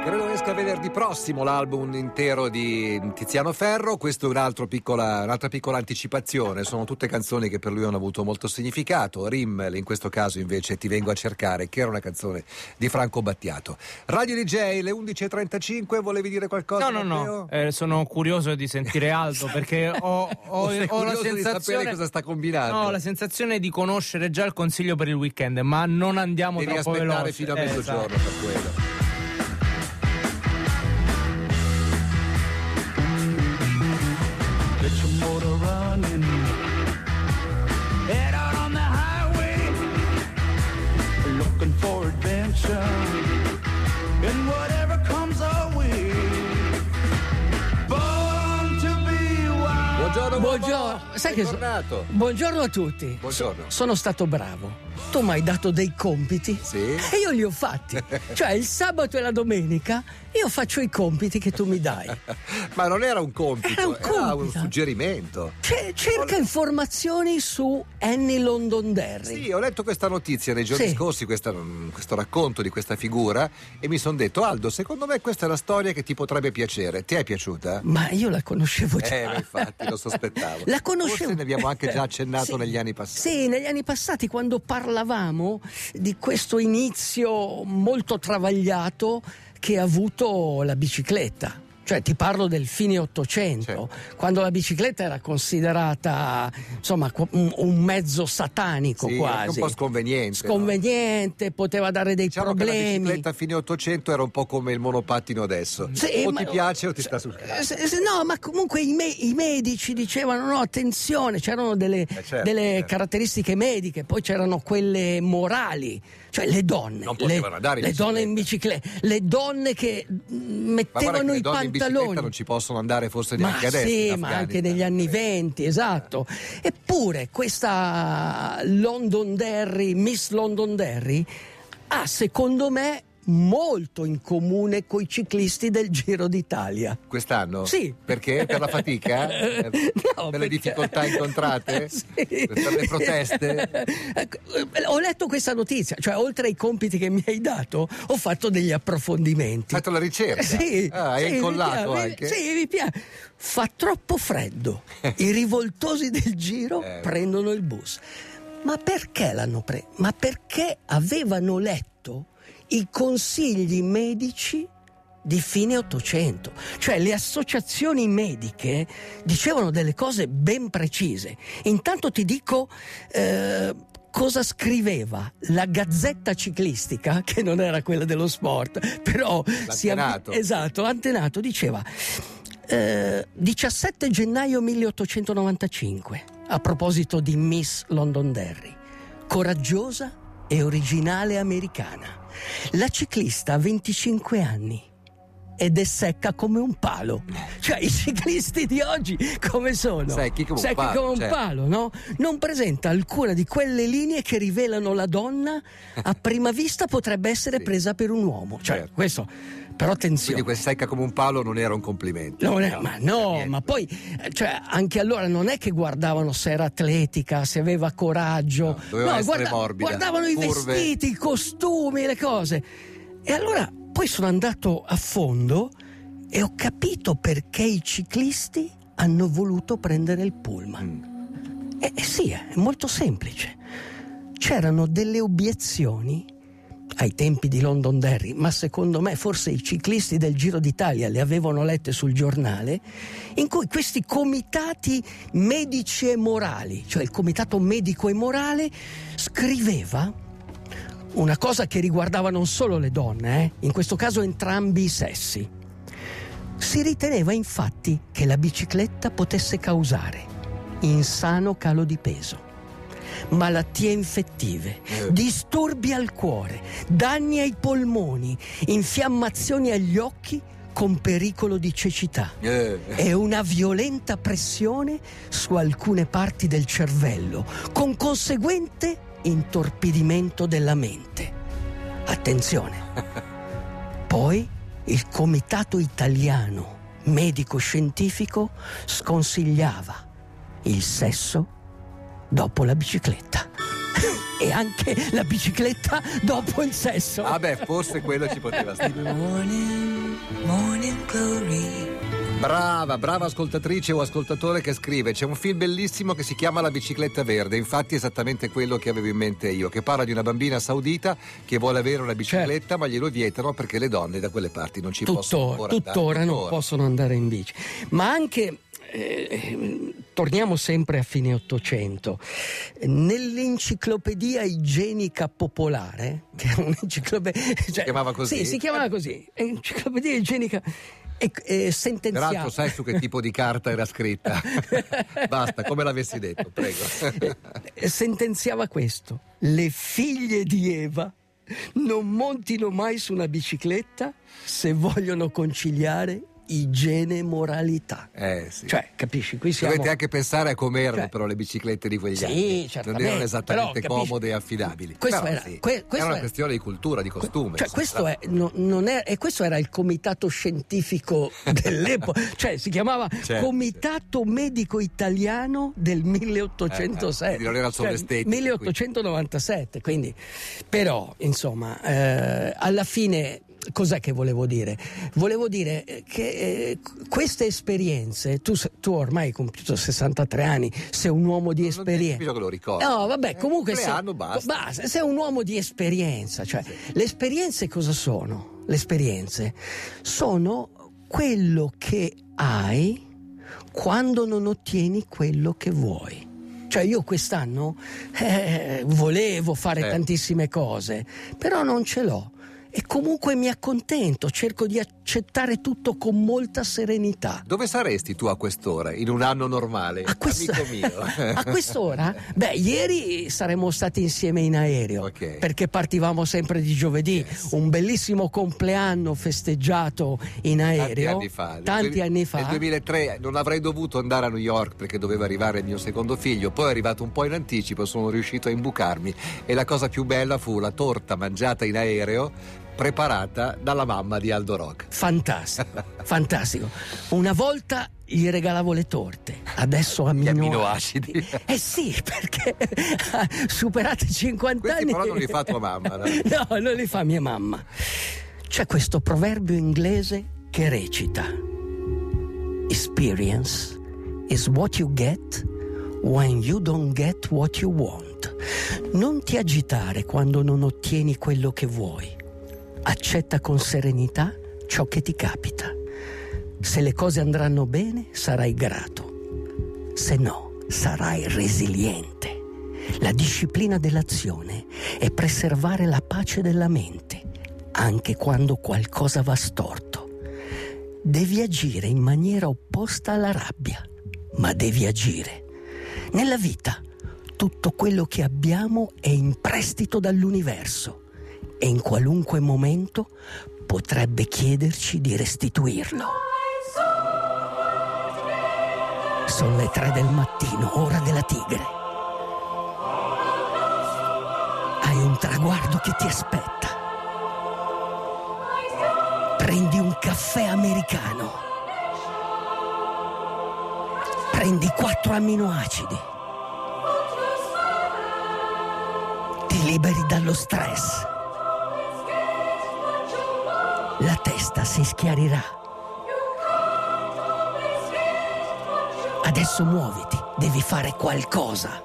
Credo esca venerdì prossimo l'album intero di Tiziano Ferro. Questo è un'altra piccola anticipazione. Sono tutte canzoni che per lui hanno avuto molto significato. Rimmel, in questo caso invece Ti vengo a cercare, che era una canzone di Franco Battiato. Radio DJ, le 11.35, volevi dire qualcosa? No. Sono curioso di sentire Aldo perché ho la sensazione di sapere cosa sta combinando. No, la sensazione di conoscere già il consiglio per il weekend, ma non andiamo Devi troppo aspettare veloci. fino a mezzogiorno per quello. Get your motor running. Head out on the highway, looking for adventure, and whatever comes our way. Born to be wild. Buongiorno. Sai che buongiorno a tutti. Buongiorno. Sono stato bravo. Tu mi hai dato dei compiti, sì, e io li ho fatti. Cioè il sabato e la domenica io faccio i compiti che tu mi dai. Ma non era un compito, era un suggerimento. Cerca informazioni su Annie Londonderry. Sì, ho letto questa notizia nei giorni scorsi, questo racconto di questa figura, e mi sono detto: Aldo, secondo me questa è la storia che ti potrebbe piacere. Ti è piaciuta? Ma io la conoscevo già. Infatti, lo sospettavo. La conoscevo. Forse ne abbiamo anche già accennato negli anni passati. Sì, negli anni passati, quando parlavamo di questo inizio molto travagliato che ha avuto la bicicletta. Cioè ti parlo del fine Ottocento, quando la bicicletta era considerata insomma un mezzo satanico, quasi. Un po' sconveniente. Sconveniente, poteva dare dei problemi. Che la bicicletta a fine Ottocento era un po' come il monopattino adesso. O ti piace o ti sta sul cazzo. No, ma comunque i medici dicevano no, attenzione, c'erano delle caratteristiche mediche, poi c'erano quelle morali, cioè le donne. Non potevano andare le donne in bicicletta, le donne che mettevano i pantaloni. Non ci possono andare forse neanche adesso. Sì, ma anche negli anni '20, esatto. Eppure questa Londonderry, Miss Londonderry, ha secondo me molto in comune coi ciclisti del Giro d'Italia. Quest'anno? Sì. Perché? Per la fatica? No, per le difficoltà incontrate? Sì. Per le proteste? Ho letto questa notizia, cioè oltre ai compiti che mi hai dato, ho fatto degli approfondimenti. Hai fatto la ricerca? Sì. Hai incollato anche? Sì, mi piace. Fa troppo freddo. I rivoltosi del Giro prendono il bus. Ma perché l'hanno preso? Ma perché avevano letto i consigli medici di fine Ottocento, cioè le associazioni mediche dicevano delle cose ben precise. Intanto ti dico cosa scriveva la Gazzetta Ciclistica, che non era quella dello sport, però l'antenato. Antenato diceva 17 gennaio 1895, a proposito di Miss Londonderry, coraggiosa e originale americana. La ciclista ha 25 anni ed è secca come un palo. Cioè i ciclisti di oggi come sono? Secchi come un palo, no? Non presenta alcuna di quelle linee che rivelano la donna a prima vista potrebbe essere presa per un uomo. Cioè questo, però attenzione. Quindi quel secca come un palo non era un complimento. Ma poi cioè anche allora non è che guardavano se era atletica, se aveva coraggio. Doveva essere morbida. Guardavano i vestiti, i costumi, le cose. E allora poi sono andato a fondo e ho capito perché i ciclisti hanno voluto prendere il pullman. Sì, è molto semplice. C'erano delle obiezioni ai tempi di Londonderry, ma secondo me forse i ciclisti del Giro d'Italia le avevano lette sul giornale, in cui questi comitati medici e morali, cioè il comitato medico e morale, scriveva una cosa che riguardava non solo le donne, in questo caso entrambi i sessi. Si riteneva infatti che la bicicletta potesse causare insano calo di peso, malattie infettive, disturbi al cuore, danni ai polmoni, infiammazioni agli occhi con pericolo di cecità e una violenta pressione su alcune parti del cervello, con conseguente intorpidimento della mente. Attenzione. Poi il Comitato Italiano Medico-Scientifico sconsigliava il sesso dopo la bicicletta. e anche la bicicletta dopo il sesso. Ah beh, forse quello ci poteva stare. Morning glory. Brava ascoltatrice o ascoltatore che scrive: c'è un film bellissimo che si chiama La bicicletta verde, infatti è esattamente quello che avevo in mente io, che parla di una bambina saudita che vuole avere una bicicletta, ma glielo vietano perché le donne da quelle parti non ci possono ancora tuttora non possono andare in bici. Ma anche torniamo sempre a fine Ottocento, nell'enciclopedia igienica popolare, che è un'enciclopedia, si chiamava così? Sì, si chiamava così, enciclopedia igienica, sentenziava. Peraltro sai su che tipo di carta era scritta? Basta, come l'avessi detto, prego. Sentenziava questo: le figlie di Eva non montino mai su una bicicletta se vogliono conciliare igiene e moralità. Sì. Cioè, capisci? Qui siamo... Dovete anche pensare a come erano però le biciclette di quegli anni. Certamente. Non erano esattamente però, comode e affidabili. Questo però, era, sì, questo era una era, questione di cultura, di costume. Cioè, questo è, non è, e questo era il comitato scientifico dell'epoca. Cioè, si chiamava Comitato Medico Italiano del 1807. Non era solo estetico. 1897. Quindi, però, insomma, alla fine. Cos'è che volevo dire? Volevo dire che queste esperienze, tu ormai hai compiuto 63 anni, sei un uomo di esperienza. Non che lo ricordo. No, vabbè, comunque basta. Sei un uomo di esperienza, cioè le esperienze cosa sono? Le esperienze sono quello che hai quando non ottieni quello che vuoi. Cioè io quest'anno volevo fare tantissime cose, però non ce l'ho. E comunque mi accontento, cerco di accettare tutto con molta serenità. Dove saresti tu a quest'ora, in un anno normale, amico mio? A quest'ora? Beh, ieri saremmo stati insieme in aereo, perché partivamo sempre di giovedì. Un bellissimo compleanno festeggiato in aereo. Tanti anni fa. Nel 2003 non avrei dovuto andare a New York perché doveva arrivare il mio secondo figlio, poi è arrivato un po' in anticipo, sono riuscito a imbucarmi e la cosa più bella fu la torta mangiata in aereo preparata dalla mamma di Aldo Rock. Fantastico. Una volta gli regalavo le torte, adesso amminoacidi. Sì, perché superate 50 Questi anni. però non li fa tua mamma, no? No, non li fa mia mamma. C'è questo proverbio inglese che recita: Experience is what you get when you don't get what you want. Non ti agitare quando non ottieni quello che vuoi. Accetta con serenità ciò che ti capita. Se le cose andranno bene, sarai grato. Se no, sarai resiliente. La disciplina dell'azione è preservare la pace della mente, anche quando qualcosa va storto. Devi agire in maniera opposta alla rabbia, ma devi agire. Nella vita, tutto quello che abbiamo è in prestito dall'universo. E in qualunque momento potrebbe chiederci di restituirlo. Sono le 3 del mattino, ora della tigre. Hai un traguardo che ti aspetta. Prendi un caffè americano. Prendi 4 amminoacidi. Ti liberi dallo stress. La testa si schiarirà. Adesso muoviti, devi fare qualcosa.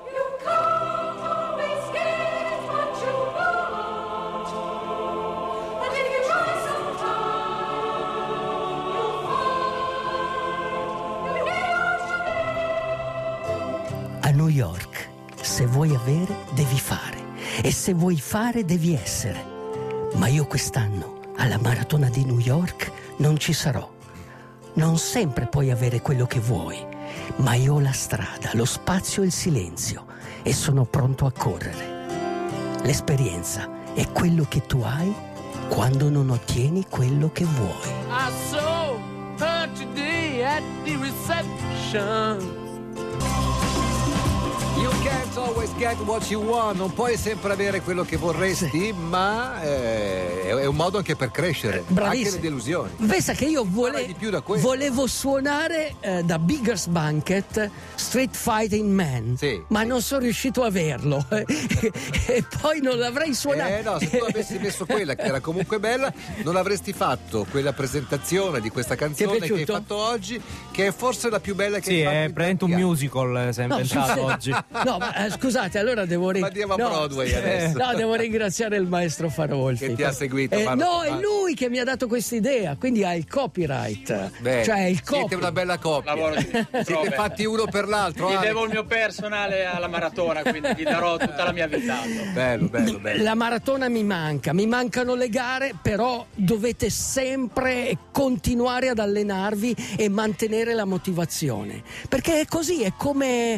A New York, se vuoi avere, devi fare. E se vuoi fare, devi essere. Ma io quest'anno alla maratona di New York non ci sarò. Non sempre puoi avere quello che vuoi, ma io ho la strada, lo spazio e il silenzio e sono pronto a correre. L'esperienza è quello che tu hai quando non ottieni quello che vuoi. I saw her today at the reception. Your Can't always get what you want. Non puoi sempre avere quello che vorresti, ma è un modo anche per crescere. Bravissimo. Anche le delusioni. Pensa che io di più da questo. volevo suonare da Biggers Banquet Street Fighting Man, Sì, ma sì. non sono riuscito a averlo e poi non l'avrei suonato. No, se tu avessi messo quella che era comunque bella, non avresti fatto quella presentazione di questa canzone che hai piaciuto? fatto oggi, che è forse la più bella che Sì, hai fatto. è in praticamente un tanti anni. musical, si è No, inventato sul oggi. No, ma scusate, allora devo Ma andiamo a Broadway adesso. No, devo ringraziare il maestro Farolfi Che ti ha seguito, no, è lui che mi ha dato questa idea, quindi ha il copyright. Beh, cioè il siete copy. una bella coppia. Lavoro di Siete prove. fatti uno per l'altro. Gli Ale. devo il mio personale alla maratona, quindi gli darò tutta la mia vita. Bello, bello, bello. La maratona mi mancano le gare, però dovete sempre continuare ad allenarvi e mantenere la motivazione, perché è così, è come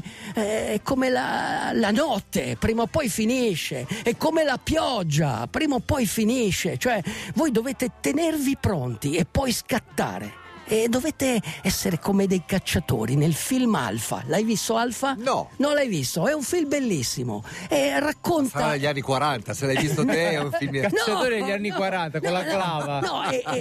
la notte, prima o poi finisce, è come la pioggia, prima o poi finisce, cioè voi dovete tenervi pronti e poi scattare. E dovete essere come dei cacciatori nel film Alfa. L'hai visto Alfa? No. Non l'hai visto? È un film bellissimo e racconta. Sarà negli anni 40, se l'hai visto te è un film. Cacciatore degli anni 40 con la clava. No,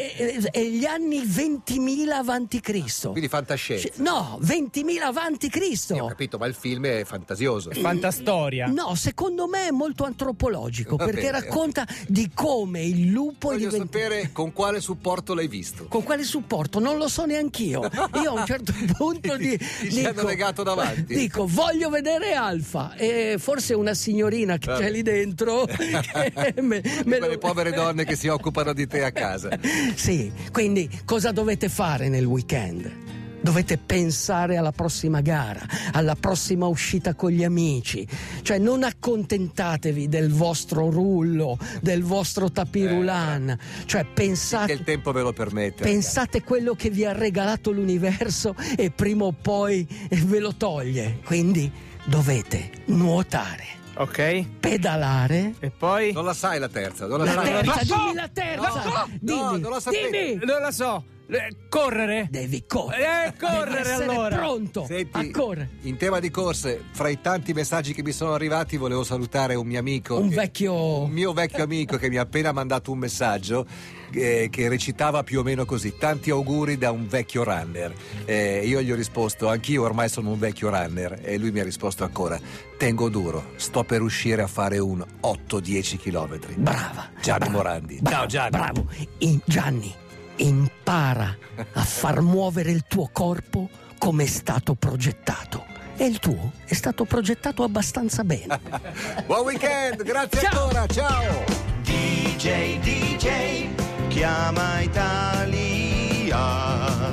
è gli anni 20.000 avanti Cristo. Quindi fantascienza. No, 20.000 avanti Ho Cristo. capito, ma il film è fantasioso. Fantastoria. No, secondo me è molto antropologico, Va perché bene. racconta di come il lupo è Voglio diventato. sapere con quale supporto l'hai visto. Con quale supporto? Non lo so neanch'io. Io a un certo punto Ti hanno legato davanti. Dico, voglio vedere Alfa. E forse una signorina che c'è lì dentro. che Quelle povere donne che si occupano di te a casa. Sì, quindi cosa dovete fare nel weekend? Dovete pensare alla prossima gara, alla prossima uscita con gli amici. Cioè non accontentatevi del vostro rullo, del vostro tapirulan. Cioè Che pensate, il tempo ve lo permette. pensate quello che vi ha regalato l'universo e prima o poi ve lo toglie. Quindi dovete nuotare, Ok. pedalare. E poi? Non la sai la terza, non la La sai. terza, so! dimmi la terza! No, Dimmi, non la sapete. dimmi! Non la so. Correre? Devi correre. Correre, Devi essere allora. pronto Senti, a correre. in tema di corse, fra i tanti messaggi che mi sono arrivati, volevo salutare un mio amico. Un mio vecchio amico che mi ha appena mandato un messaggio che recitava più o meno così: tanti auguri da un vecchio runner. Io gli ho risposto: anch'io ormai sono un vecchio runner. E lui mi ha risposto ancora: tengo duro, sto per uscire a fare un 8-10 chilometri. Brava. Gianni brava, Morandi. brava, Ciao Gianni. Bravo. Gianni, impara a far muovere il tuo corpo come è stato progettato. E il tuo è stato progettato abbastanza bene. Buon weekend, grazie Ciao. ancora, ciao! DJ, chiama Italia.